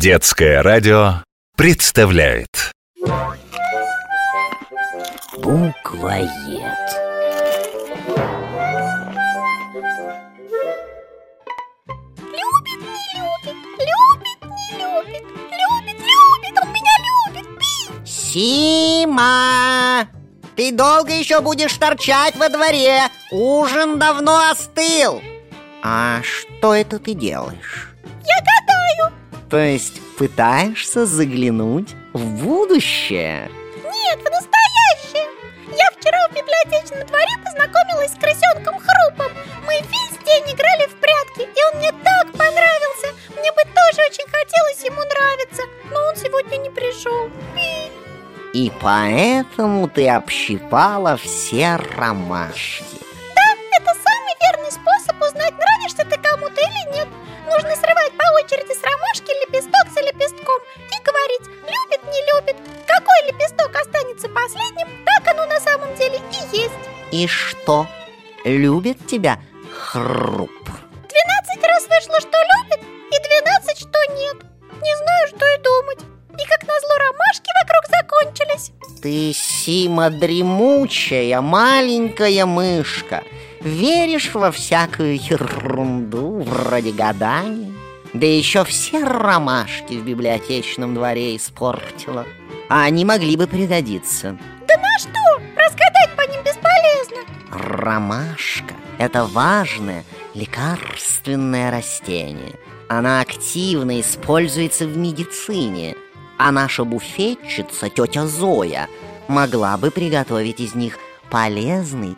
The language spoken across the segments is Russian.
Детское радио представляет Буквоед. Любит, не любит, любит, не любит, любит, любит, он меня любит, пи! Сима! Ты долго еще будешь торчать во дворе? Ужин давно остыл. А что это ты делаешь? Я гадаю. То есть пытаешься заглянуть в будущее? Нет, в настоящее. Я вчера в библиотечном дворе познакомилась с крысенком Хрупом. Мы весь день играли в прятки, и он мне так понравился. Мне бы тоже очень хотелось ему нравиться, но он сегодня не пришел. Пи! И поэтому ты общипала все ромашки. Да, это самый верный способ узнать, нравишься ты кому-то или нет. Нужно срывать по очереди с ромашки лепесток за лепестком и говорить, любит, не любит. Какой лепесток останется последним, так оно на самом деле и есть. И что? Любит тебя Хруп? 12 раз вышло, что любит, и 12, что нет. Не знаю, что и думать. И как назло ромашки вокруг закончились. Ты, Сима, дремучая маленькая мышка. Веришь во всякую ерунду вроде гадания? Да еще все ромашки в библиотечном дворе испортила. А они могли бы пригодиться. Да на что? Разгадать по ним бесполезно. Ромашка – это важное лекарственное растение. Она активно используется в медицине. А наша буфетчица, тетя Зоя, могла бы приготовить из них полезный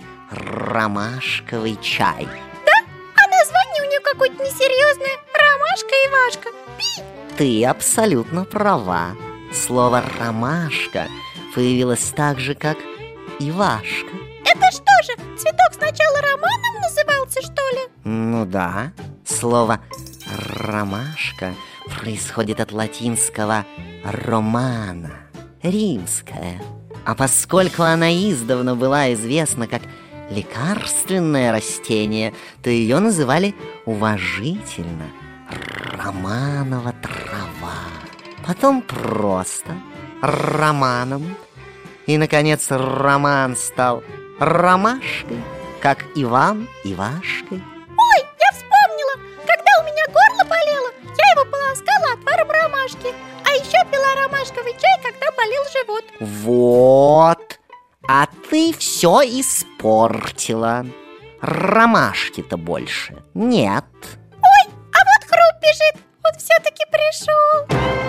ромашковый чай. Да? А название у нее какое-то несерьезное. Ромашка и Вашка. Пи! Ты абсолютно права. Слово «ромашка» появилось так же, как «ивашка». Это что же, цветок сначала романом назывался, что ли? Ну да, слово «ромашка» происходит от латинского «романа» – римское. А поскольку она издавна была известна как лекарственное растение, то ее называли уважительно «романова трава». Потом просто «романом». И, наконец, роман стал ромашкой, как Иван Ивашкой. Ой, я вспомнила! Когда у меня горло болело, я его полоскала отваром ромашки. А еще пила ромашковый чай, когда болел живот. Вот, а ты все испортила. Ромашки-то больше нет. Ой, а вот Хруп бежит, он все-таки пришел.